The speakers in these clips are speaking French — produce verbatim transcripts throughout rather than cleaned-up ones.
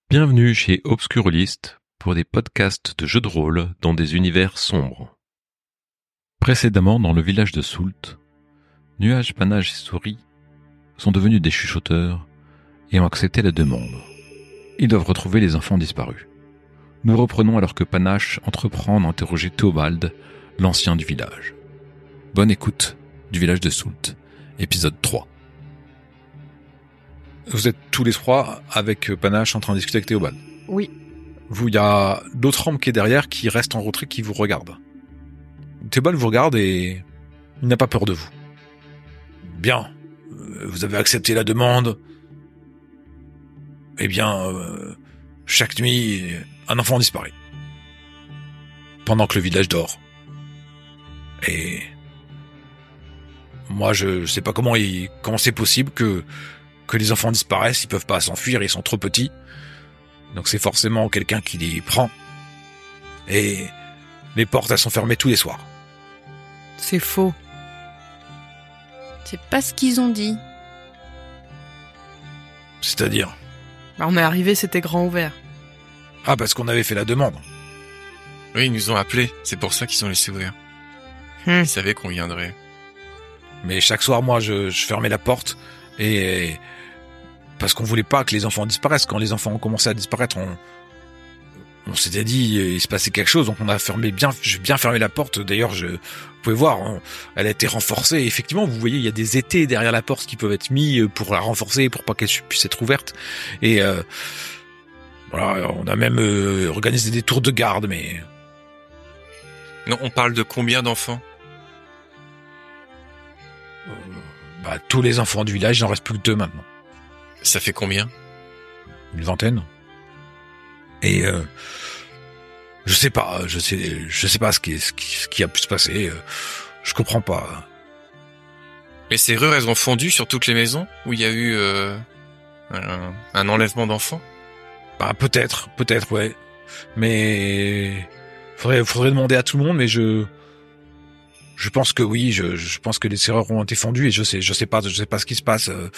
Bienvenue chez Obscurlist pour des podcasts de jeux de rôle dans des univers sombres. Précédemment dans le village de Soult, Nuage, Panache et Souris sont devenus des chuchoteurs et ont accepté la demande. Ils doivent retrouver les enfants disparus. Nous reprenons alors que Panache entreprend d'interroger Théobald, l'ancien du village. Bonne écoute du village de Soult, épisode trois. Vous êtes tous les trois avec Panache en train de discuter avec Théobald. Oui. Vous, il y a l'autre homme qui est derrière qui reste en retrait, qui vous regarde. Théobald vous regarde et il n'a pas peur de vous. Bien, vous avez accepté la demande. Eh bien, euh, chaque nuit, un enfant disparaît. Pendant que le village dort. Et moi, je sais pas comment, il, comment c'est possible que que les enfants disparaissent, ils peuvent pas s'enfuir, ils sont trop petits. Donc c'est forcément quelqu'un qui les prend. Et les portes, elles sont fermées tous les soirs. C'est faux. C'est pas ce qu'ils ont dit. C'est-à-dire? Bah, on est arrivé, c'était grand ouvert. Ah, parce qu'on avait fait la demande. Oui, ils nous ont appelés, c'est pour ça qu'ils ont laissé ouvrir. Hum. Ils savaient qu'on viendrait. Mais chaque soir, moi, je, je fermais la porte et... parce qu'on voulait pas que les enfants disparaissent. Quand les enfants ont commencé à disparaître, on, on s'était dit il se passait quelque chose, donc on a fermé bien, j'ai bien fermé la porte. D'ailleurs, je, vous pouvez voir, on, elle a été renforcée. Et effectivement, vous voyez, il y a des étais derrière la porte qui peuvent être mis pour la renforcer, pour pas qu'elle puisse être ouverte. Et euh, voilà, on a même euh, organisé des tours de garde, mais Non, on parle de combien d'enfants? euh, bah, tous les enfants du village, il n'en reste plus que deux maintenant. Ça fait combien? Une vingtaine. Et euh, je sais pas, je sais, je sais pas ce qui, ce qui, ce qui a pu se passer. euh, Je comprends pas. Les serrures, elles ont fondu sur toutes les maisons où il y a eu euh, un, un enlèvement d'enfants? Bah peut-être, peut-être, ouais. Mais faudrait, faudrait demander à tout le monde. Mais je, je pense que oui. Je, je pense que les serrures ont été fondues et je sais, je sais pas, je sais pas ce qui se passe. euh.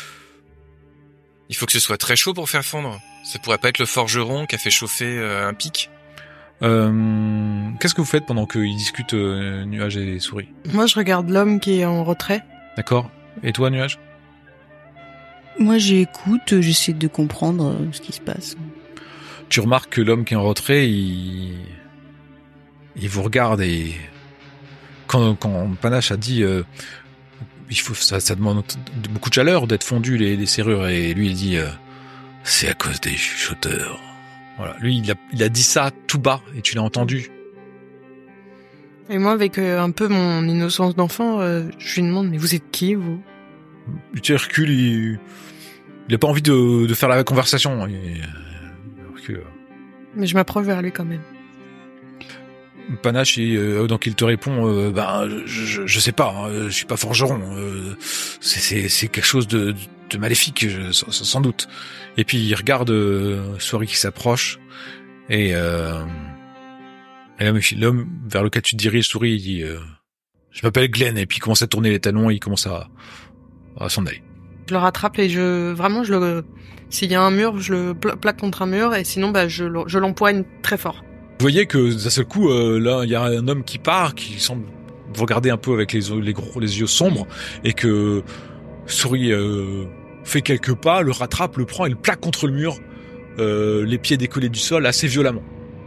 Il faut que ce soit très chaud pour faire fondre. Ça pourrait pas être le forgeron qui a fait chauffer euh, un pic? Euh, Qu'est-ce que vous faites pendant qu'ils discutent euh, Nuage et Souris? Moi, je regarde l'homme qui est en retrait. D'accord. Et toi, Nuage? Moi, j'écoute, j'essaie de comprendre euh, ce qui se passe. Tu remarques que l'homme qui est en retrait, il, il vous regarde et quand, quand Panache a dit, euh, il faut, ça, ça demande beaucoup de chaleur d'être fondu les, les serrures et lui il dit, euh, c'est à cause des chuchoteurs. Voilà, lui il a, il a dit ça tout bas et tu l'as entendu. Et moi, avec euh, un peu mon innocence d'enfant, euh, je lui demande, mais vous êtes qui, vous? Tu recule, il, il a pas envie de, de faire la conversation. Il, il recule. Mais je m'approche vers lui quand même. Panache, et, euh, donc il te répond, euh, ben je, je, je sais pas, hein, je suis pas forgeron, euh, c'est, c'est, c'est quelque chose de, de maléfique, je, sans, sans doute. Et puis il regarde euh, Souris qui s'approche et, euh, et l'homme, l'homme vers lequel tu te diriges, Souris, il dit, euh, je m'appelle Glenn, et puis il commence à tourner les talons, et il commence à, à s'en aller. Je le rattrape et je, vraiment, je le, s'il y a un mur, je le pla- plaque contre un mur et sinon, bah, je, le- je l'empoigne très fort. Vous voyez que d'un seul coup, euh, là, il y a un homme qui part, qui semble vous regarder un peu avec les, les gros, les yeux sombres, et que Souris euh, fait quelques pas, le rattrape, le prend et le plaque contre le mur, euh, les pieds décollés du sol assez violemment.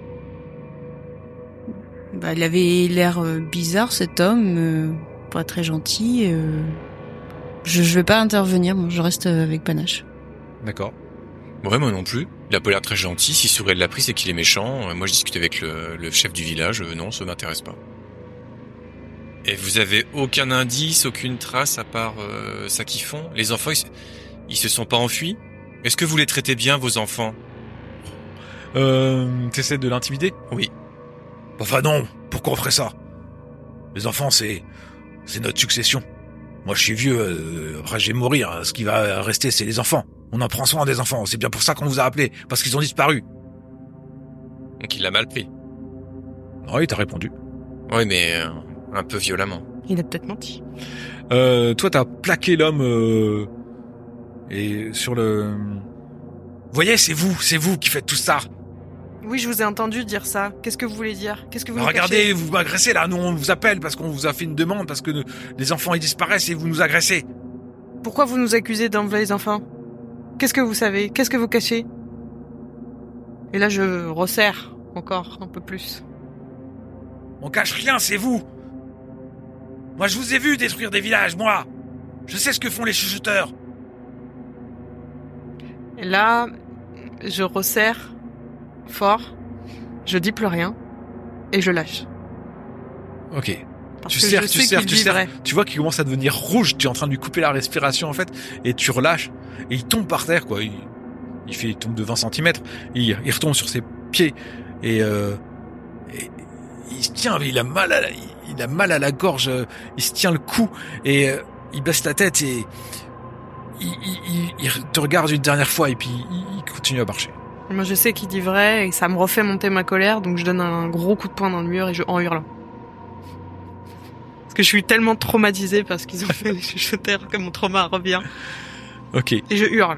Bah, il avait l'air euh, bizarre, cet homme, euh, pas très gentil. Euh... Je, je vais pas intervenir, moi, je reste euh, avec Panache. D'accord. Ouais, moi non plus. Il a pas l'air très gentil. Si Souris l'a pris, c'est qu'il est méchant. Euh, Moi, je discute avec le, le chef du village. Euh, non, ça m'intéresse pas. Et vous avez aucun indice, aucune trace à part euh, ça qu'ils font? Les enfants, ils, se- ils se sont pas enfuis? Est-ce que vous les traitez bien, vos enfants? Euh, t'essaies de l'intimider? Oui. Enfin non, pourquoi on ferait ça? Les enfants, c'est, c'est notre succession. Moi, je suis vieux, euh, après je vais mourir. Ce qui va rester, c'est les enfants. On en prend soin des enfants. C'est bien pour ça qu'on vous a appelé, parce qu'ils ont disparu. Donc il l'a mal pris. Oui, t'as répondu. Oui, mais euh, un peu violemment. Il a peut-être menti. Euh, toi, t'as plaqué l'homme euh, et sur le voyez, c'est vous, c'est vous qui faites tout ça. Oui, je vous ai entendu dire ça. Qu'est-ce que vous voulez dire? Qu'est-ce que vous Alors, nous regardez, cachez vous m'agressez là. Nous, on vous appelle parce qu'on vous a fait une demande, parce que ne- les enfants ils disparaissent et vous nous agressez. Pourquoi vous nous accusez d'enlever les enfants? Qu'est-ce que vous savez? Qu'est-ce que vous cachez? Et là, je resserre encore un peu plus. On cache rien, c'est vous. Moi, je vous ai vu détruire des villages, moi. Je sais ce que font les chuchoteurs. Et là, je resserre fort, je dis plus rien, et je lâche. Ok. Parce Tu que serres, je tu sais serres, qu'il tu serres. vivrait. Tu vois qu'il commence à devenir rouge. Tu es en train de lui couper la respiration, en fait. Et tu relâches. Et il tombe par terre, quoi. Il, il fait, il tombe de vingt centimètres. Il, il retombe sur ses pieds. Et, euh, et il se tient, mais il a mal à la, il a mal à la gorge. Il se tient le cou. Et euh, il baisse la tête et il, il, il, il te regarde une dernière fois. Et puis il, il continue à marcher. Moi, je sais qu'il dit vrai, et ça me refait monter ma colère, donc je donne un gros coup de poing dans le mur, et je, en hurlant. Parce que je suis tellement traumatisée par ce qu'ils ont fait les chuchoteurs que mon trauma revient. Ok. Et je hurle.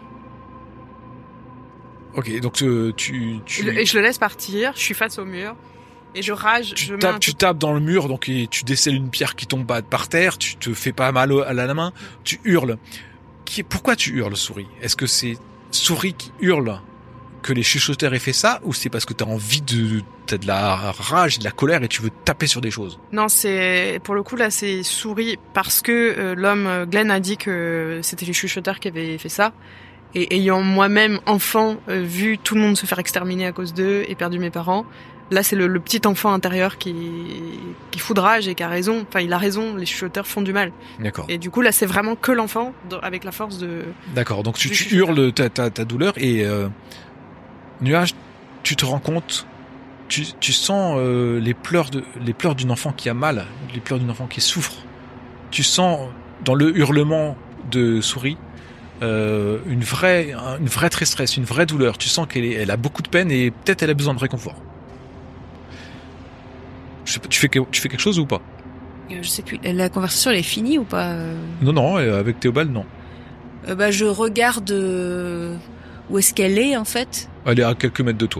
Ok. Donc tu, tu, tu... Et, le- et je le laisse partir, je suis face au mur, et je rage, Tu je mets tapes, un tu coup- tapes dans le mur, donc et tu décèles une pierre qui tombe par terre, tu te fais pas mal au- à la main, tu hurles. Qui, pourquoi tu hurles, Souris? Est-ce que c'est Souris qui hurle que les chuchoteurs aient fait ça, ou c'est parce que t'as envie de, t'as de la rage, de la colère et tu veux taper sur des choses? Non, c'est pour le coup là, c'est Souris parce que euh, l'homme euh, Glenn a dit que c'était les chuchoteurs qui avaient fait ça. Et ayant moi-même enfant euh, vu tout le monde se faire exterminer à cause d'eux et perdu mes parents, là c'est le, le petit enfant intérieur qui qui foudrage et qui a raison. Enfin, il a raison. Les chuchoteurs font du mal. D'accord. Et du coup là, c'est vraiment que l'enfant dans- avec la force de. D'accord. Donc tu, Du tu chuchoteur. hurles ta, ta, ta douleur et euh, Nuage, tu te rends compte, tu, tu sens euh, les pleurs de, les pleurs d'une enfant qui a mal, les pleurs d'une enfant qui souffre. Tu sens dans le hurlement de Souris euh, une vraie, une vraie tristesse, une vraie douleur. Tu sens qu'elle est, elle a beaucoup de peine et peut-être elle a besoin de réconfort. Je sais pas, tu fais, que- tu fais quelque chose ou pas? Euh, Je sais plus. La conversation elle est finie ou pas euh Non, non, euh, avec Théobald, non. Euh, Bah je regarde euh, où est-ce qu'elle est en fait. Elle est à quelques mètres de toi.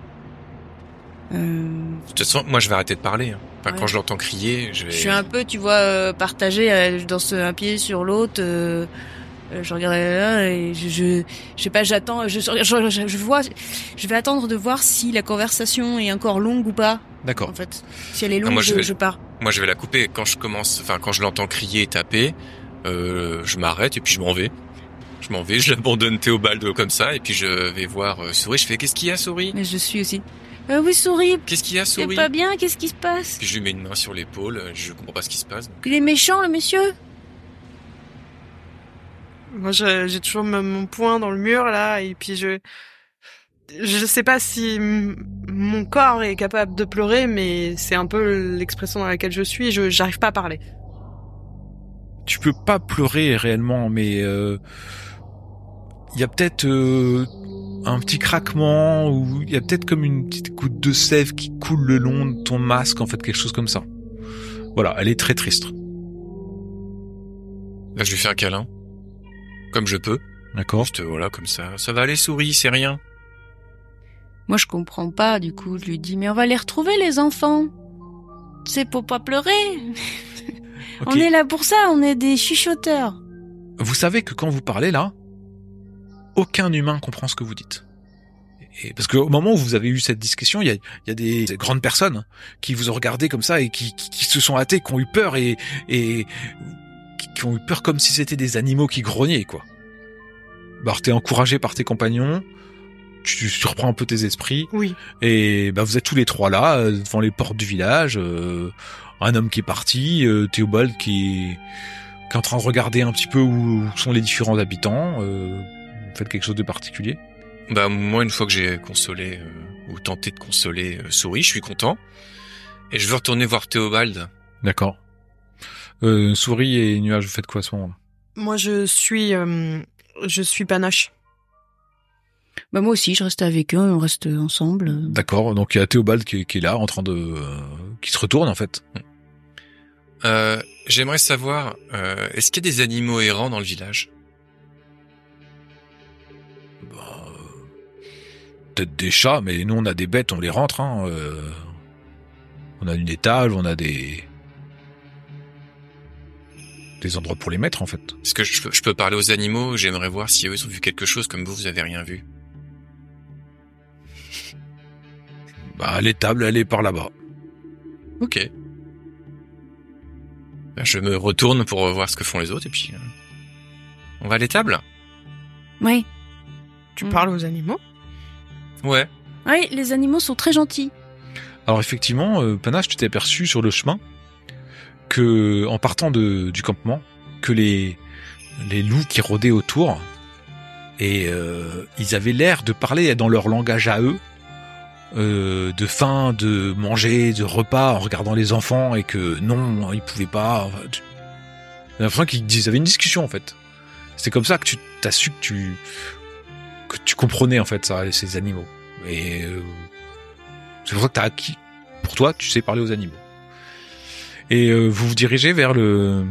Euh, De toute façon, moi, je vais arrêter de parler. hein. Enfin, Ouais. quand je l'entends crier, je vais... Je suis un peu, tu vois, euh, partagée euh, dans ce, un pied sur l'autre. Euh, euh, je regarde là et je, je, je sais pas, j'attends, je, je, je, je vois, je vais attendre de voir si la conversation est encore longue ou pas. D'accord. En fait, si elle est longue, Ah, moi, je je, vais- je pars. Moi, je vais la couper. Quand je commence, enfin, quand je l'entends crier et taper, euh, je m'arrête et puis je m'en vais. Je m'en vais, je l'abandonne Théobald comme ça et puis je vais voir euh, Souris. Je fais, qu'est-ce qu'il y a, Souris? Mais je suis aussi. Euh, oui, Souris, Qu'est-ce qu'il y a, c'est Souris? pas bien. Qu'est-ce qui se passe? Puis je lui mets une main sur l'épaule. euh, Je comprends pas ce qui se passe. Il est méchant, le monsieur. Moi, je- j'ai toujours mon mon poing dans le mur là, et puis je. Je sais pas si m- mon corps est capable de pleurer, mais c'est un peu l'expression dans laquelle je suis. Je j'arrive pas à parler. Tu peux pas pleurer réellement, mais il euh, y a peut-être euh, un petit craquement ou il y a peut-être comme une petite goutte de sève qui coule le long de ton masque, en fait, quelque chose comme ça. Voilà, elle est très triste. Là, je lui fais un câlin, comme je peux. D'accord. Juste, euh, voilà, comme ça. Ça va aller, Souris, c'est rien. Moi, je comprends pas. Du coup, je lui dis, mais on va les retrouver, les enfants. C'est pour pas pleurer. Ok. On est là pour ça. On est des chuchoteurs. Vous savez que quand vous parlez là, aucun humain comprend ce que vous dites. Et parce qu'au moment où vous avez eu cette discussion, il y a, il y a des, des grandes personnes qui vous ont regardé comme ça et qui, qui, qui se sont hâtées, qui ont eu peur et, et qui, qui ont eu peur comme si c'était des animaux qui grognaient, quoi. Bah, t'es encouragé par tes compagnons, tu, tu reprends un peu tes esprits Oui. et bah vous êtes tous les trois là euh, devant les portes du village. Euh, un homme qui est parti, euh, Théobald qui est, qui est en train de regarder un petit peu où sont les différents habitants. Euh, vous faites quelque chose de particulier? Bah, moi, une fois que j'ai consolé, euh, ou tenté de consoler euh, Souris, je suis content. Et je veux retourner voir Théobald. D'accord. Euh, Souris et Nuage, vous faites quoi à ce moment-là? Moi, je suis, euh, je suis panache. Bah moi aussi, je reste avec eux. On reste ensemble. D'accord. Donc il y a Théobald qui, qui est là, en train de, euh, qui se retourne en fait. Euh, j'aimerais savoir, euh, est-ce qu'il y a des animaux errants dans le village? Bah, euh, peut-être des chats, mais nous on a des bêtes, on les rentre. Hein, euh, on a une étable, on a des des endroits pour les mettre en fait. Est-ce que je peux, je peux parler aux animaux? J'aimerais voir si eux ils ont vu quelque chose comme vous, vous avez rien vu. Bah l'étable, elle est par là-bas. Ok. Ben, je me retourne pour voir ce que font les autres et puis euh, on va à l'étable. Oui. Tu Mm. parles aux animaux? Ouais. Oui, les animaux sont très gentils. Alors effectivement, euh, Panache, tu t'es aperçu sur le chemin que, en partant de, du campement, que les les loups qui rôdaient autour, et euh, ils avaient l'air de parler dans leur langage à eux, euh, de faim, de manger, de repas, en regardant les enfants, et que non, ils pouvaient pas. Enfin, tu... J'ai l'impression qu'ils avaient une discussion en fait. C'est comme ça que tu t'as su que tu que tu comprenais en fait ça, ces animaux. Et euh, c'est pour ça que t'as acquis. Pour toi, tu sais parler aux animaux. Et euh, vous vous dirigez vers le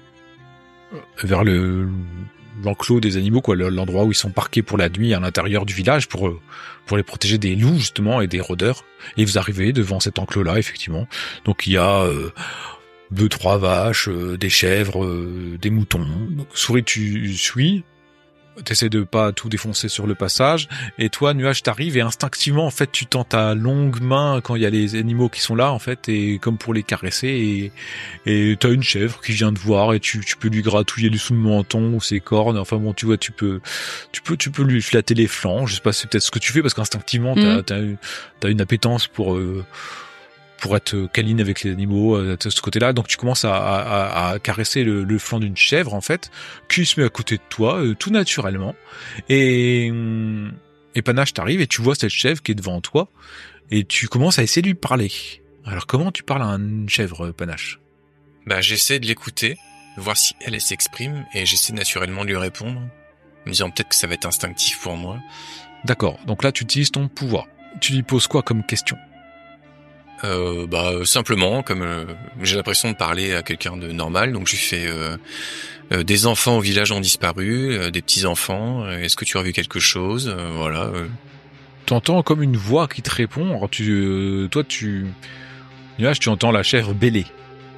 vers le l'enclos des animaux, quoi, l'endroit où ils sont parqués pour la nuit à l'intérieur du village pour pour les protéger des loups justement et des rôdeurs. Et vous arrivez devant cet enclos-là, effectivement. Donc il y a euh, deux, trois vaches, euh, des chèvres, euh, des moutons. Donc, Souris, tu suis. T'essaies de pas tout défoncer sur le passage, et toi, Nuage, t'arrives et instinctivement, en fait, tu tends ta longue main quand il y a les animaux qui sont là, en fait, et comme pour les caresser, et et t'as une chèvre qui vient te voir, et tu tu peux lui gratouiller le sous le menton ou ses cornes. Enfin bon, tu vois, tu peux tu peux tu peux lui flatter les flancs. Je sais pas, c'est peut-être ce que tu fais parce qu'instinctivement, t'as Mm. t'as t'as une appétence pour euh, pour être câline avec les animaux de ce côté-là. Donc tu commences à, à, à caresser le, le flanc d'une chèvre, en fait, qui se met à côté de toi, euh, tout naturellement. Et, et Panache t'arrive et tu vois cette chèvre qui est devant toi, et tu commences à essayer de lui parler. Alors comment tu parles à une chèvre, Panache? Bah j'essaie de l'écouter, de voir si elle, elle s'exprime, et j'essaie naturellement de lui répondre, en me disant peut-être que ça va être instinctif pour moi. D'accord, donc là tu utilises ton pouvoir. Tu lui poses quoi comme question? Euh, bah euh, simplement, comme euh, j'ai l'impression de parler à quelqu'un de normal, donc je lui fais euh, euh, des enfants au village ont disparu, euh, des petits enfants. euh, Est-ce que tu as vu quelque chose? Euh, Voilà. Euh. T'entends comme une voix qui te répond. Alors tu, euh, toi tu, Nuage, tu entends la chèvre bêler.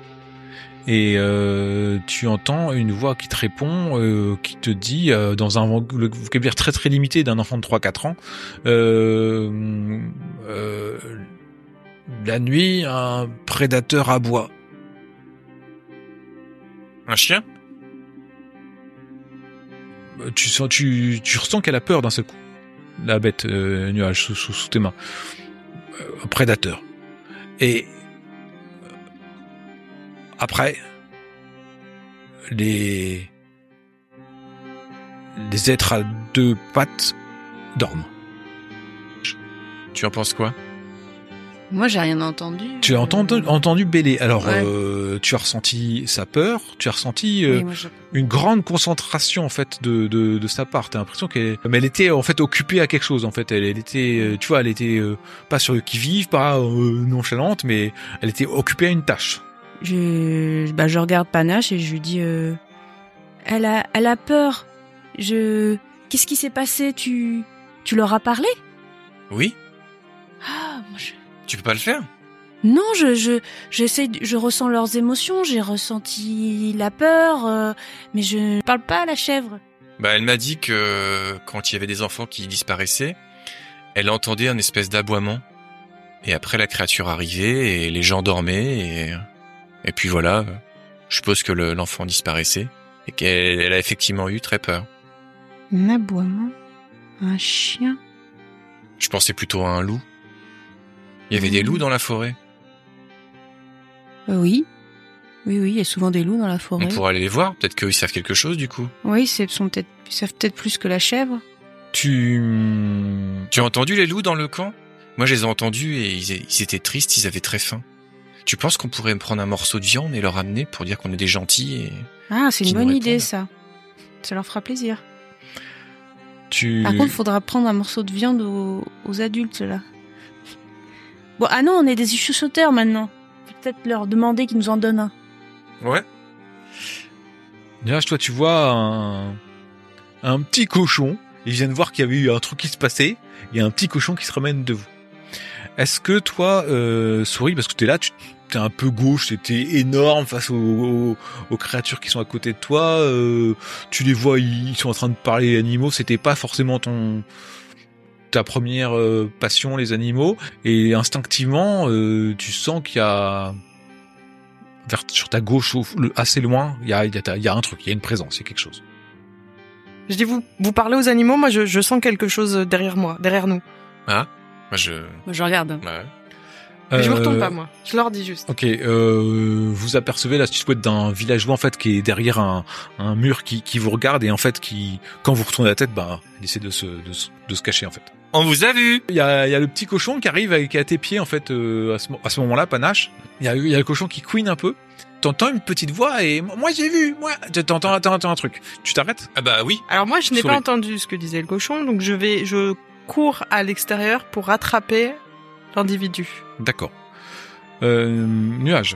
Et euh, tu entends une voix qui te répond, euh, qui te dit, euh, dans un vocabulaire très très limité d'un enfant de trois quatre ans, euh, euh, la nuit, un prédateur aboie. Un chien? Tu sens, tu, tu ressens qu'elle a peur d'un seul coup. La bête, euh, Nuage, sous, sous, sous tes mains. Euh, un prédateur. Et après, les les êtres à deux pattes dorment. Tu en penses quoi? Moi, j'ai rien entendu. Tu as entendu, Euh, entendu bêler. Alors, Ouais. euh, tu as ressenti sa peur, tu as ressenti euh, oui, moi, je- une grande concentration en fait de de, de sa part. T'as l'impression qu'elle, mais elle était en fait occupée à quelque chose. En fait, elle, elle était, euh, tu vois, elle était euh, pas sur le qui-vive, pas euh, nonchalante, mais elle était occupée à une tâche. Je, bah, je regarde Panache et je lui dis, euh, elle a, elle a peur. Je, qu'est-ce qui s'est passé? Tu, tu leur as parlé? Oui? Ah, moi, je... Tu peux pas le faire? Non, je, je, j'essaie, de- je ressens leurs émotions. J'ai ressenti la peur, euh, mais je ne parle pas à la chèvre. Bah elle m'a dit que quand il y avait des enfants qui disparaissaient, elle entendait un espèce d'aboiement. Et après la créature arrivait et les gens dormaient et et puis voilà. Je suppose que le- l'enfant disparaissait et qu'elle elle a effectivement eu très peur. Un aboiement, un chien. Je pensais plutôt à un loup. Il y avait des loups dans la forêt. Euh, oui, oui, oui. Il y a souvent des loups dans la forêt. On pourrait aller les voir. Peut-être qu'eux ils savent quelque chose du coup. Oui, c'est, sont peut-être, ils savent peut-être plus que la chèvre. Tu Tu as entendu les loups dans le camp? Moi je les ai entendus et ils, ils étaient tristes, ils avaient très faim. Tu penses qu'on pourrait me prendre un morceau de viande et leur amener pour dire qu'on est des gentils et... Ah, c'est Qui une nous bonne idée, répondent. ça. Ça leur fera plaisir. tu Par contre, il faudra prendre un morceau de viande aux, aux adultes, là. Bon, ah non, on est des chuchoteurs maintenant. Faut peut-être leur demander qu'ils nous en donnent un. Ouais. Nuage, toi, tu vois un, un petit cochon. Ils viennent voir qu'il y avait eu un truc qui se passait. il y a un petit cochon qui se ramène de vous. Est-ce que toi, euh, Souris, parce que t'es là, tu t'es un peu gauche, t'es énorme face aux, aux, aux créatures qui sont à côté de toi, euh, tu les vois, ils sont en train de parler animaux, c'était pas forcément ton ta première euh, passion, les animaux, et instinctivement, euh, tu sens qu'il y a vers sur ta gauche, au, le, assez loin, il y a il y a, il y a un truc, il y a une présence, il y a quelque chose. Je dis, vous, vous parlez aux animaux, moi je, je sens quelque chose derrière moi, derrière nous. Ah, moi je. Moi, je regarde. Ouais. Mais je me retourne Euh, pas, moi. Je leur dis juste. Ok, euh, vous apercevez la silhouette d'un villageois en fait qui est derrière un, un mur qui, qui vous regarde et en fait qui, quand vous retournez la tête, bah, il essaie de se, de, se- de se cacher en fait. On vous a vu. Il y a, il y a le petit cochon qui arrive avec, qui est à tes pieds en fait euh, à ce, mo- à ce moment-là, Panache. Il y a, il y a le cochon qui couine un peu. T'entends une petite voix et moi j'ai vu, moi. T'entends, attends, attends un truc. Tu t'arrêtes? Ah bah oui. Alors moi, je n'ai Souris. pas entendu ce que disait le cochon, donc je vais, je cours à l'extérieur pour rattraper l'individu. D'accord. Euh, nuage.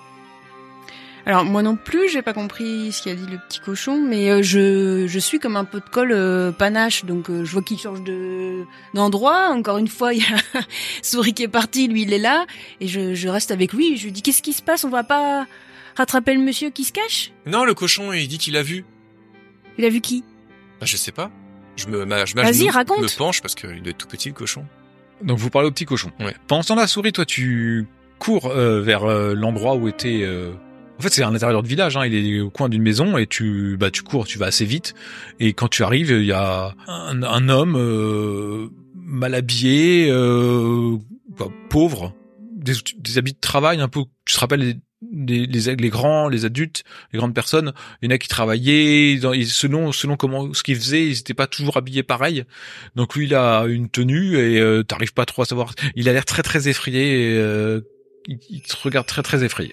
Alors moi non plus, j'ai pas compris ce qu'a dit le petit cochon, mais euh, je je suis comme un peu de colle euh, Panache, donc euh, je vois qu'il change de d'endroit. Encore une fois, il y a Souris qui est parti, lui il est là, et je je reste avec lui. Je lui dis qu'est-ce qui se passe? On va pas rattraper le monsieur qui se cache? Non, le cochon, il dit qu'il a vu. Il a vu qui? Bah je sais pas. Je me, ma, je Vas-y, m'agenouille, raconte. me penche parce qu'il doit être tout petit le cochon. Donc vous parlez au petit cochon. Ouais. Pendant ce temps-là, Souris, toi, tu cours euh, vers euh, l'endroit où était. Euh... En fait, c'est à l'intérieur du village. Hein, il est au coin d'une maison et tu, bah, tu cours, tu vas assez vite. Et quand tu arrives, il y a un, un homme euh, mal habillé, euh, bah, pauvre, des, des habits de travail un peu. Tu te rappelles les, les, les, les grands, les adultes, les grandes personnes. Il y en a qui travaillaient. Dans, selon selon comment ce qu'ils faisaient, ils n'étaient pas toujours habillés pareil. Donc lui, il a une tenue et euh, t'arrives pas trop à savoir. Il a l'air très très effrayé. Et, euh, il, il te regarde très très effrayé.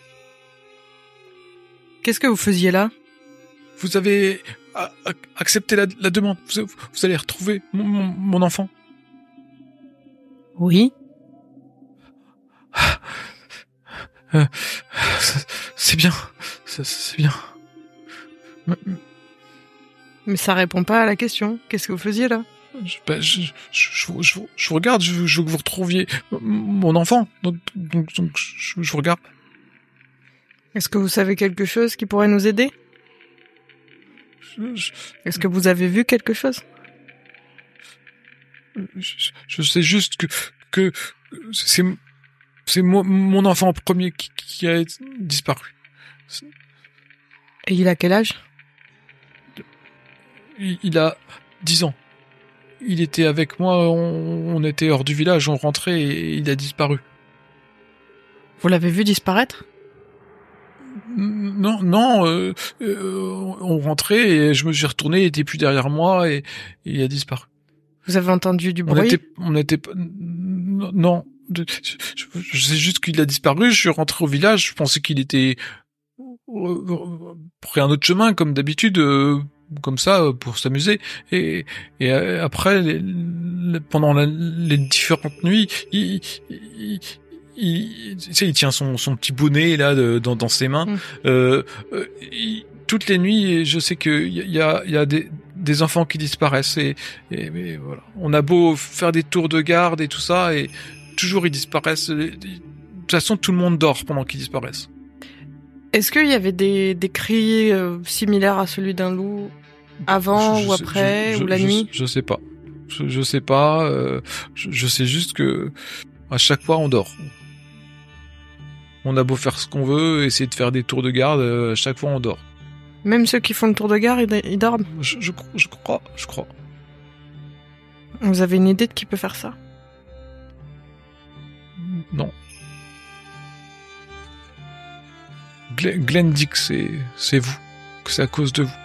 Qu'est-ce que vous faisiez là? Vous avez a- a- accepté la, la demande. Vous, vous allez retrouver mon, mon, mon enfant. Oui. Euh, c'est- c'est bien. C'est c'est bien. Mais ça répond pas à la question. Qu'est-ce que vous faisiez là? Je, bah, je, je, je, vous- je, vous- je vous regarde. Je, veux- je veux que vous retrouviez m- mon enfant. Donc, donc, donc je, je vous regarde. Est-ce que vous savez quelque chose qui pourrait nous aider? Je, je, Est-ce que vous avez vu quelque chose? je, je sais juste que que c'est c'est moi, mon enfant premier qui, qui a disparu. Et il a quel âge? Il, il a dix ans. Il était avec moi, on, on était hors du village, on rentrait et il a disparu. Vous l'avez vu disparaître? Non, non, euh, euh, on rentrait et je me suis retourné, il était plus derrière moi et, et il a disparu. Vous avez entendu du On bruit? était, on était pas, non, je, je, je sais juste qu'il a disparu, je suis rentré au village, je pensais qu'il était pris un autre chemin comme d'habitude, euh, comme ça, pour s'amuser. Et, et après, les, les, pendant la, les différentes nuits, il, il, il, tu sais, il tient son, son petit bonnet là de, dans, dans ses mains. Mm. Euh, euh, il, toutes les nuits, je sais qu'il y, y a, y a des, des enfants qui disparaissent. Et, et mais voilà, on a beau faire des tours de garde et tout ça, et toujours ils disparaissent. De toute façon, tout le monde dort pendant qu'ils disparaissent. Est-ce qu'il y avait des, des cris euh, similaires à celui d'un loup avant Je- je ou sais- après je- je- ou la je- nuit? Je sais pas. Je, je sais pas. Euh, je, je sais juste que à chaque fois on dort. On a beau faire ce qu'on veut, essayer de faire des tours de garde, euh, à chaque fois on dort. Même ceux qui font le tour de gare, ils, ils dorment. Je, je, je crois, je crois. Vous avez une idée de qui peut faire ça? Non. Glenn, Glenn dit que c'est, c'est vous, que c'est à cause de vous.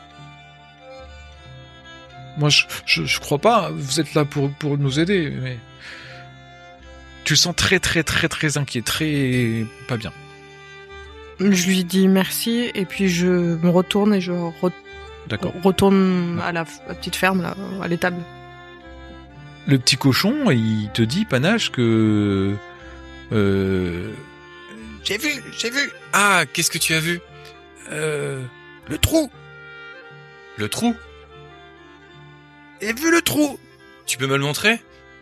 Moi, je, je, je crois pas. Vous êtes là pour, pour nous aider, mais tu le sens très, très, très, très inquiet, très pas bien. Je lui dis merci et puis je me retourne et je re- D'accord. retourne à la, la petite ferme, là, à l'étable. Le petit cochon, il te dit, Panache, que euh, J'ai vu, j'ai vu. Ah, qu'est-ce que tu as vu? euh, Le trou. Le trou? J'ai vu le trou. Tu peux me le montrer?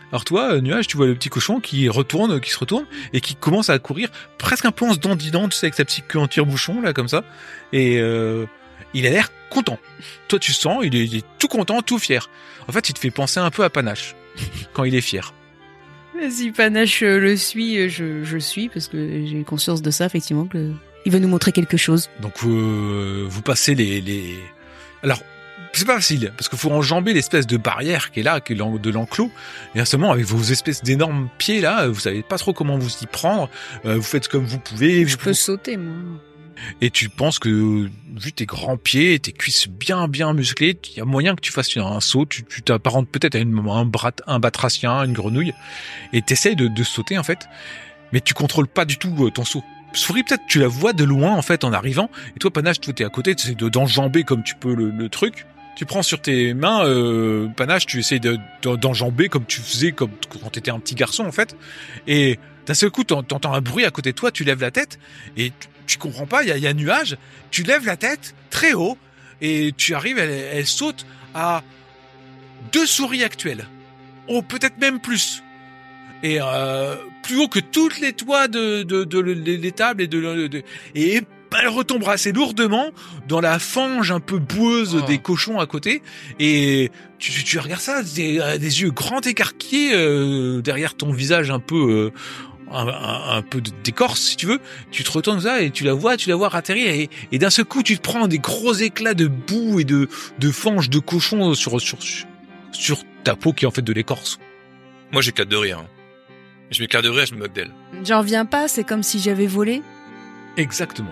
Alors toi, euh, Nuage, tu vois le petit cochon qui retourne, qui se retourne et qui commence à courir presque un peu en se dandinant, tu sais, avec sa petite queue en tire-bouchon là comme ça. Et euh, il a l'air content. Toi, tu sens, il est, il est tout content, tout fier. En fait, il te fait penser un peu à Panache quand il est fier. Si Panache euh, le suit, euh, je, je suis, parce que j'ai conscience de ça, effectivement, que il va nous montrer quelque chose. Donc euh, vous passez les, les... Alors, c'est pas facile, parce qu'il faut enjamber l'espèce de barrière qui est là, qui est l'en- de l'enclos. Et seulement, avec vos espèces d'énormes pieds là, vous savez pas trop comment vous y prendre. Euh, vous faites comme vous pouvez. Je vous- peux sauter, moi. Et tu penses que, vu tes grands pieds, tes cuisses bien bien musclées, il y a moyen que tu fasses un saut, tu tu t'apparentes peut-être à une, un, brat, un batracien, une grenouille, et t'essayes de, de sauter en fait, mais tu contrôles pas du tout euh, ton saut. Souris, peut-être tu la vois de loin en fait en arrivant, et toi Panache, toi t'es à côté, tu essaies de, d'enjamber comme tu peux le, le truc. Tu prends sur tes mains, euh, Panache, tu essayes de, de- d'enjamber comme tu faisais comme quand t'étais un petit garçon en fait, et d'un seul coup t'en- t'entends un bruit à côté de toi, tu lèves la tête, et tu, tu comprends pas, il y a, il y a un nuage, tu lèves la tête très haut, et tu arrives, elle, elle saute à deux souris actuelles. Oh, peut-être même plus. Et euh, plus haut que toutes les toits de, de, de, de- les tables et de, de et elle retombera assez lourdement dans la fange un peu boueuse Oh. des cochons à côté. Et tu, tu, tu regardes ça, des, euh, des yeux grands écarquillés euh, derrière ton visage un peu euh, un, un, un peu de- d'écorce si tu veux. Tu te retournes ça et tu la vois, tu la vois atterrir et, et d'un seul coup tu te prends des gros éclats de boue et de de fange de cochon sur sur sur ta peau qui est en fait de l'écorce. Moi, j'éclate de rire. hein. Je m'éclate de rire, je me moque d'elle. J'en reviens pas, c'est comme si j'avais volé. Exactement.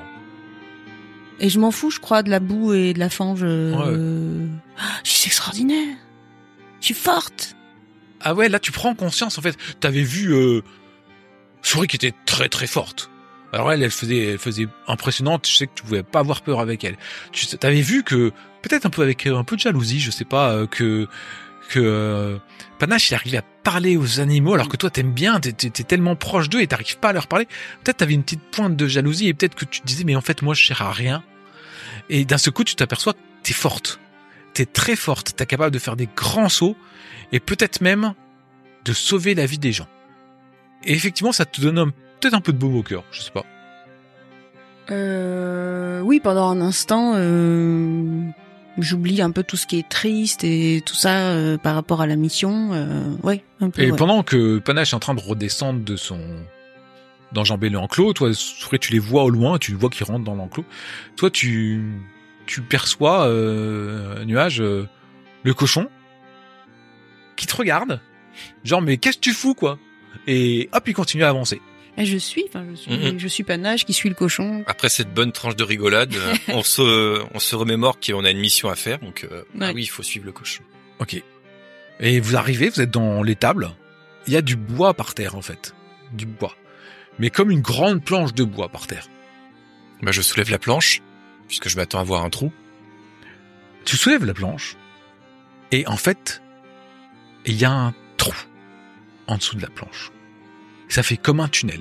Et je m'en fous, je crois, de la boue et de la fange. Euh... Ah, je suis extraordinaire. Je suis forte. Ah ouais, là tu prends conscience en fait. T'avais vu euh, Souris qui était très très forte. Alors elle, elle faisait, elle faisait impressionnante. Je sais que tu pouvais pas avoir peur avec elle. Tu t'avais vu que peut-être un peu avec euh, un peu de jalousie, je sais pas, euh, que que euh, Panache il arrivait à parler aux animaux alors que toi t'aimes bien, t'es, t'es, t'es tellement proche d'eux et t'arrives pas à leur parler. Peut-être t'avais une petite pointe de jalousie et peut-être que tu te disais mais en fait moi je sers à rien. Et d'un seul coup tu t'aperçois que t'es forte. T'es très forte. T'es capable de faire des grands sauts et peut-être même de sauver la vie des gens. Et effectivement ça te donne un, peut-être un peu de baume au cœur, je sais pas. Euh... Oui, pendant un instant, euh... j'oublie un peu tout ce qui est triste et tout ça euh, par rapport à la mission. Euh... Ouais, un peu. Et ouais. pendant que Panache est en train de redescendre de son d'enjamber l'enclos, toi Souris tu les vois au loin, tu vois qu'ils rentrent dans l'enclos. Toi tu tu perçois euh, Nuage euh, le cochon qui te regarde, genre mais qu'est-ce que tu fous quoi? Et hop il continue à avancer. Et je suis, enfin, je suis, Mhm. je suis Panache qui suit le cochon. Après cette bonne tranche de rigolade, euh, on se, on se remémore qu'on a une mission à faire, donc euh, Ouais. ah oui, il faut suivre le cochon. Ok. Et vous arrivez, vous êtes dans l'étable. Il y a du bois par terre en fait, du bois, mais comme une grande planche de bois par terre. Bah, je soulève la planche, puisque je m'attends à voir un trou. Tu soulèves la planche et en fait, il y a un trou en dessous de la planche. Ça fait comme un tunnel.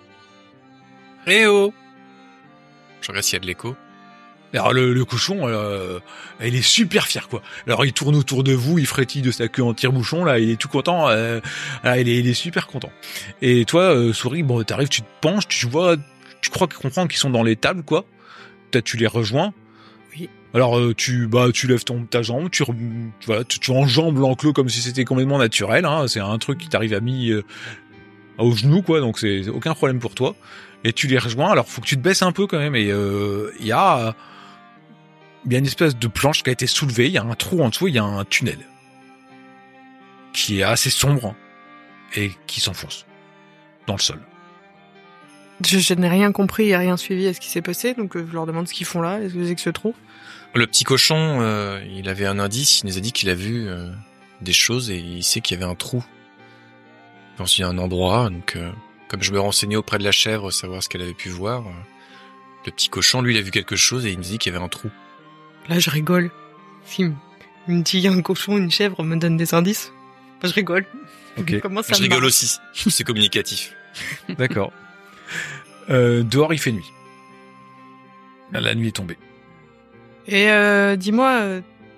Eh oh! Je regarde s'il y a de l'écho. Alors le, le cochon, euh, il est super fier quoi. Alors il tourne autour de vous, il frétille de sa queue en tire-bouchon là, il est tout content. Euh, là, il est, il est super content. Et toi, euh, Souris, bon, t'arrives, tu te penches, tu vois, tu crois comprendre qu'ils sont dans les tables quoi. Peut-être tu les rejoins. Oui. Alors euh, tu, bah, tu lèves ton ta jambe, tu, re- voilà, tu, tu enjambes l'enclos comme si c'était complètement naturel. Hein, c'est un truc qui t'arrive à mis euh, au genou quoi, donc c'est aucun problème pour toi. Et tu les rejoins. Alors faut que tu te baisses un peu quand même. Et il euh, y a il y a une espèce de planche qui a été soulevée, il y a un trou en dessous, il y a un tunnel qui est assez sombre et qui s'enfonce dans le sol. Je, je n'ai rien compris et rien suivi à ce qui s'est passé, donc euh, je leur demande ce qu'ils font là, est-ce que c'est que ce trou? Le petit cochon, euh, il avait un indice, il nous a dit qu'il a vu euh, des choses et il sait qu'il y avait un trou. Je pense qu'il y a un endroit, donc euh, comme je me renseignais auprès de la chèvre, savoir ce qu'elle avait pu voir, euh, le petit cochon, lui, il a vu quelque chose et il nous dit qu'il y avait un trou. Là, je rigole. Si il me dit il y a un cochon, une chèvre, me donne des indices. Bah, je rigole. Ok. Comment ça Je rigole marche aussi, c'est communicatif. D'accord. Euh, dehors, il fait nuit. La nuit est tombée. Et euh, dis-moi, euh,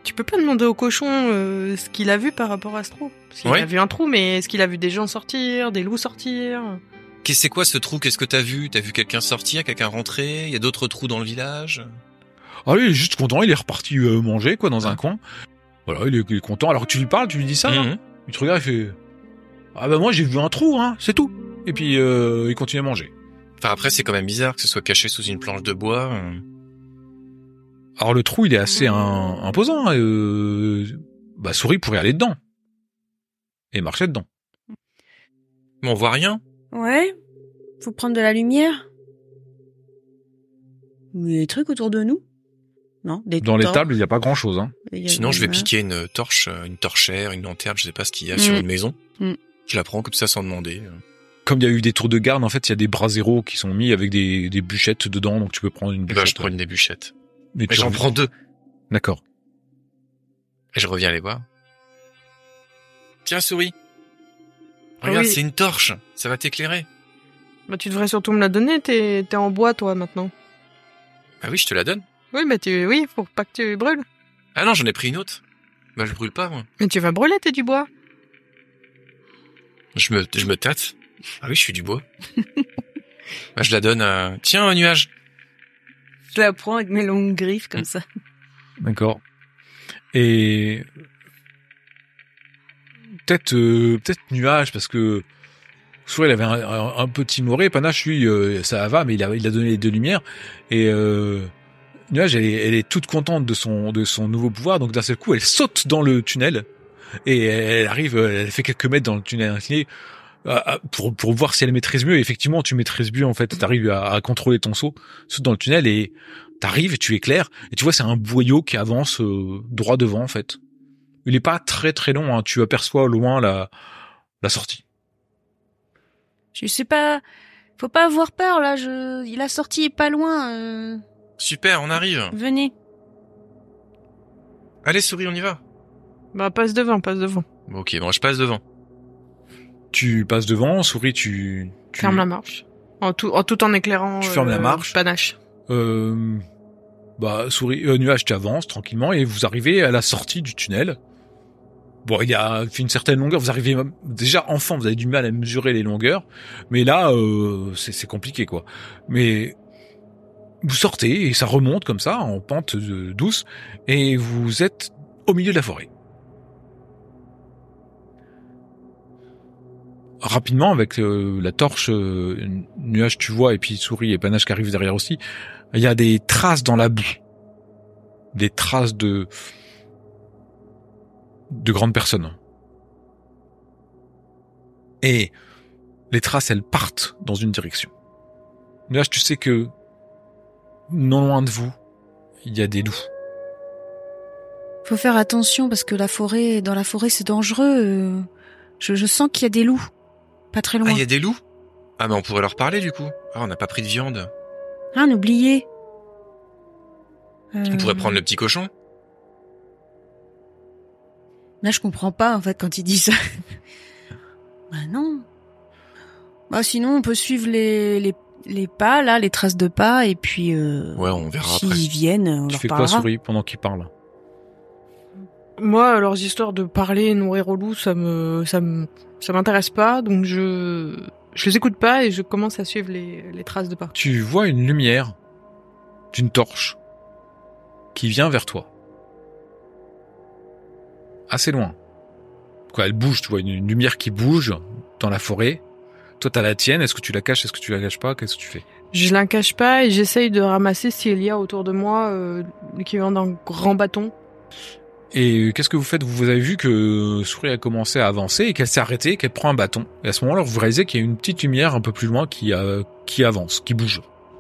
Tu peux pas demander au cochon euh, ce qu'il a vu par rapport à ce trou. Parce qu'il Ouais. a vu un trou, mais est-ce qu'il a vu des gens sortir, des loups sortir? Qu'est-ce c'est quoi ce trou? Qu'est-ce que t'as vu? T'as vu quelqu'un sortir, quelqu'un rentrer? Il y a d'autres trous dans le village? Ah lui, il est juste content, il est reparti euh, manger, quoi, dans un coin. Voilà, il est, il est content. Alors que tu lui parles, tu lui dis ça, là, Mhm. il te regarde, il fait... Ah bah moi, j'ai vu un trou, hein, c'est tout. Et puis, euh, il continue à manger. Enfin après c'est quand même bizarre que ce soit caché sous une planche de bois. euh. Alors le trou, il est assez un- imposant. Hein, euh... Bah, Souris pourrait aller dedans. Et marcher dedans. Mais on voit rien. Ouais. Faut prendre de la lumière. Il y a des trucs autour de nous? Non, des Dans les torches. tables, il n'y a pas grand-chose. Hein. Il y a Sinon des- je vais piquer une torche, euh, une torchère, une lanterne, je sais pas ce qu'il y a Mm. sur une maison. Mm. Je la prends comme ça sans demander. Comme il y a eu des tours de garde, en fait, il y a des braseros qui sont mis avec des, des bûchettes dedans, donc tu peux prendre une Et bûchette. ben je prends une des bûchettes. Mais Mais tu j'en reviens- prends deux. D'accord. Et je reviens les voir. Tiens souris. Regarde, Oui. c'est une torche. Ça va t'éclairer. Bah, tu devrais surtout me la donner, t'es, t'es en bois, toi, maintenant. Ah oui, je te la donne. Oui, bah, tu, oui, faut pas que tu brûles. Ah non, j'en ai pris une autre. Bah je brûle pas moi. Mais tu vas brûler, t'es du bois. Je me, je me tâte. Ah oui, je suis du bois. Bah je la donne à... Tiens, un nuage. Je la prends avec mes longues griffes comme Mm. ça. D'accord. Et peut-être euh, peut-être nuage parce que soit il avait un, un, un peu timoré, Panache lui euh, ça va, mais il a il a donné les deux lumières et euh, nuage elle est, elle est toute contente de son de son nouveau pouvoir, donc d'un seul coup elle saute dans le tunnel et elle arrive, elle fait quelques mètres dans le tunnel incliné euh, pour pour voir si elle maîtrise mieux. Et effectivement, tu maîtrises mieux en fait, t'arrives à, à contrôler ton saut, saute dans le tunnel et t'arrives et tu éclaires et tu vois c'est un boyau qui avance euh, droit devant en fait. Il est pas très très long, hein. Tu aperçois au loin la la sortie. Je sais pas. Faut pas avoir peur là. Je. La sortie est pas loin. euh, Super, on arrive. Venez. Allez souris, on y va. Bah, passe devant, passe devant. Bon, ok, bon, je passe devant. Tu passes devant, souris, tu, tu Ferme la marche. En tout, en tout en éclairant. Tu fermes la euh, marche. Panache. Euh, bah souris, euh, nuage, tu avances tranquillement et vous arrivez à la sortie du tunnel. Bon, il y a une certaine longueur. Vous arrivez même- déjà enfant, vous avez du mal à mesurer les longueurs, mais là, euh, c'est, c'est compliqué quoi. Mais vous sortez et ça remonte comme ça en pente euh, douce et vous êtes au milieu de la forêt. Rapidement, avec euh, la torche, euh, nuage, tu vois, et puis souris et panache qui arrivent derrière aussi, il y a des traces dans la boue, des traces de de grandes personnes. Et les traces, elles partent dans une direction. Nuage, tu sais que non loin de vous, il y a des loups. Faut faire attention parce que la forêt, dans la forêt, c'est dangereux. euh, Je, je sens qu'il y a des loups. Pas très loin. Ah, il y a des loups? Ah, mais on pourrait leur parler, du coup. Ah, on n'a pas pris de viande. Ah, un oublié. On Euh, pourrait prendre le petit cochon. Là, je comprends pas, en fait, quand il dit ça. Bah non. Bah sinon, on peut suivre les, les, les pas, là, les traces de pas, et puis... Euh, Ouais, on verra s'ils après. viennent, on Tu leur fais quoi, parlera. souris, pendant qu'il parle? Moi, leurs histoires de parler, nourrir au loup, ça me, ça me, ça m'intéresse pas, donc je, je les écoute pas et je commence à suivre les, les traces de pas. Tu vois une lumière d'une torche qui vient vers toi. Assez loin. Quoi, elle bouge, tu vois, une, une lumière qui bouge dans la forêt. Toi, t'as la tienne, est-ce que tu la caches, est-ce que tu la caches pas, qu'est-ce que tu fais? Je la cache pas et j'essaye de ramasser s'il y a autour de moi euh, l'équivalent d'un grand bâton. Et qu'est-ce que vous faites? Vous avez vu que Souris a commencé à avancer et qu'elle s'est arrêtée, qu'elle prend un bâton. Et à ce moment-là, vous réalisez qu'il y a une petite lumière un peu plus loin qui, euh, qui avance, qui bouge.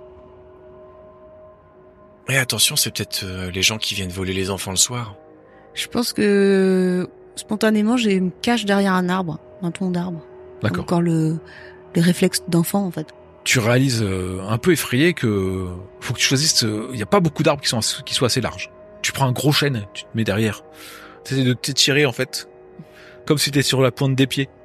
Et attention, c'est peut-être euh, les gens qui viennent voler les enfants le soir. Je pense que, spontanément, je me cache derrière un arbre, un tronc d'arbre. D'accord. Encore le, les réflexes d'enfant, en fait. Tu réalises euh, un peu effrayé que faut que tu choisisses. Il y a pas beaucoup d'arbres qui sont ass- qui soient assez larges. Tu prends un gros chêne, tu te mets derrière. Tu essaies de t'étirer en fait, comme si t'étais sur la pointe des pieds.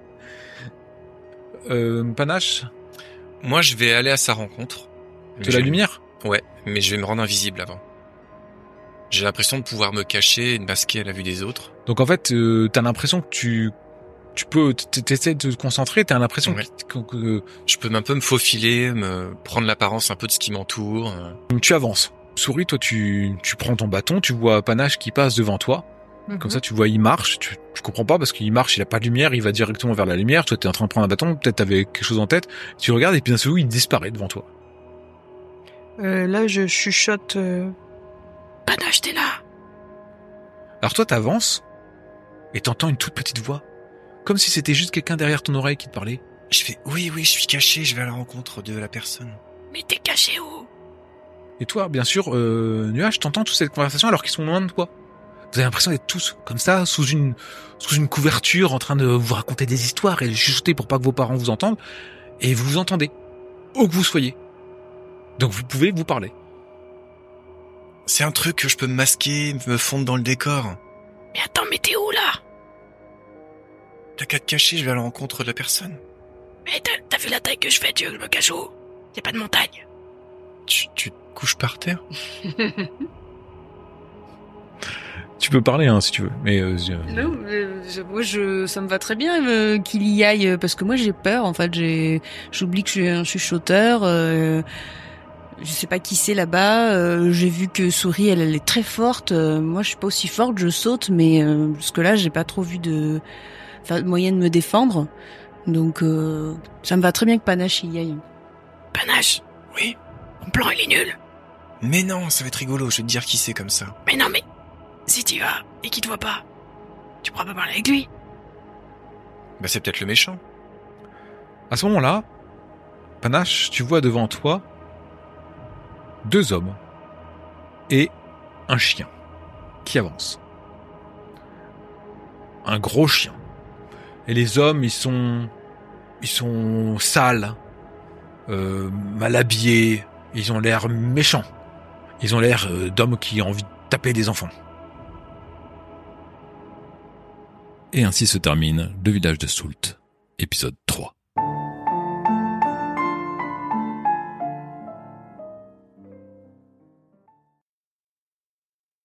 Euh, Panache, Moi, je vais aller à sa rencontre. de Je la vais- lumière. Ouais, mais je vais me rendre invisible avant. J'ai l'impression de pouvoir me cacher et de masquer à la vue des autres. Donc en fait, euh, t'as l'impression que tu, tu peux, t'essaies de te concentrer, t'as l'impression Ouais. que, que, que Je peux un peu me faufiler, me prendre l'apparence un peu de ce qui m'entoure. tu avances. Souris, toi, tu, tu prends ton bâton, tu vois Panache qui passe devant toi. Comme ça, tu vois, il marche. Tu, tu comprends pas parce qu'il marche, il a pas de lumière, il va directement vers la lumière. Toi, t'es en train de prendre un bâton, peut-être t'avais quelque chose en tête. Tu regardes et puis d'un seul coup, il disparaît devant toi. Euh, là, je chuchote. Euh... Panache, t'es là. Alors toi, t'avances et t'entends une toute petite voix, comme si c'était juste quelqu'un derrière ton oreille qui te parlait. Je fais oui, oui, je suis caché, je vais à la rencontre de la personne. Mais t'es caché où? Et toi, bien sûr, euh, Nuage, t'entends toute cette conversation alors qu'ils sont loin de toi. Vous avez l'impression d'être tous comme ça, sous une sous une couverture, en train de vous raconter des histoires et de chuchoter pour pas que vos parents vous entendent. Et vous vous entendez, où que vous soyez. Donc vous pouvez vous parler. C'est un truc que je peux me masquer, me fondre dans le décor. Mais attends, mais t'es où là? T'as qu'à te cacher, je vais à la rencontre de la personne. Mais t'as, t'as vu la taille que je fais, tu veux que je me cache où? Y a pas de montagne. Tu, tu te couches par terre? Tu peux parler hein, si tu veux, mais euh, Non, mais je- moi je, ça me va très bien euh, qu'il y aille euh, parce que moi j'ai peur. En fait, j'ai, j'oublie que je suis un chuchoteur. Euh, je sais pas qui c'est là-bas. Euh, j'ai vu que Souris, elle, elle est très forte. Euh, moi, je suis pas aussi forte. Je saute, mais euh, parce que là, j'ai pas trop vu de, enfin, de moyen de me défendre. Donc, euh, ça me va très bien que Panache y aille. Panache, Oui. mon plan il est nul. Mais non, ça va être rigolo, je vais te dire qui c'est comme ça. Mais non, mais si tu vas et qu'il te voit pas, tu pourras pas parler avec lui. Bah c'est peut-être le méchant. à ce moment-là, Panache, tu vois devant toi deux hommes et un chien qui avance. Un gros chien. Et les hommes, ils sont, ils sont sales, euh, mal habillés. Ils ont l'air méchants. Ils ont l'air euh, d'hommes qui ont envie de taper des enfants. Et ainsi se termine Le Village de Soult, épisode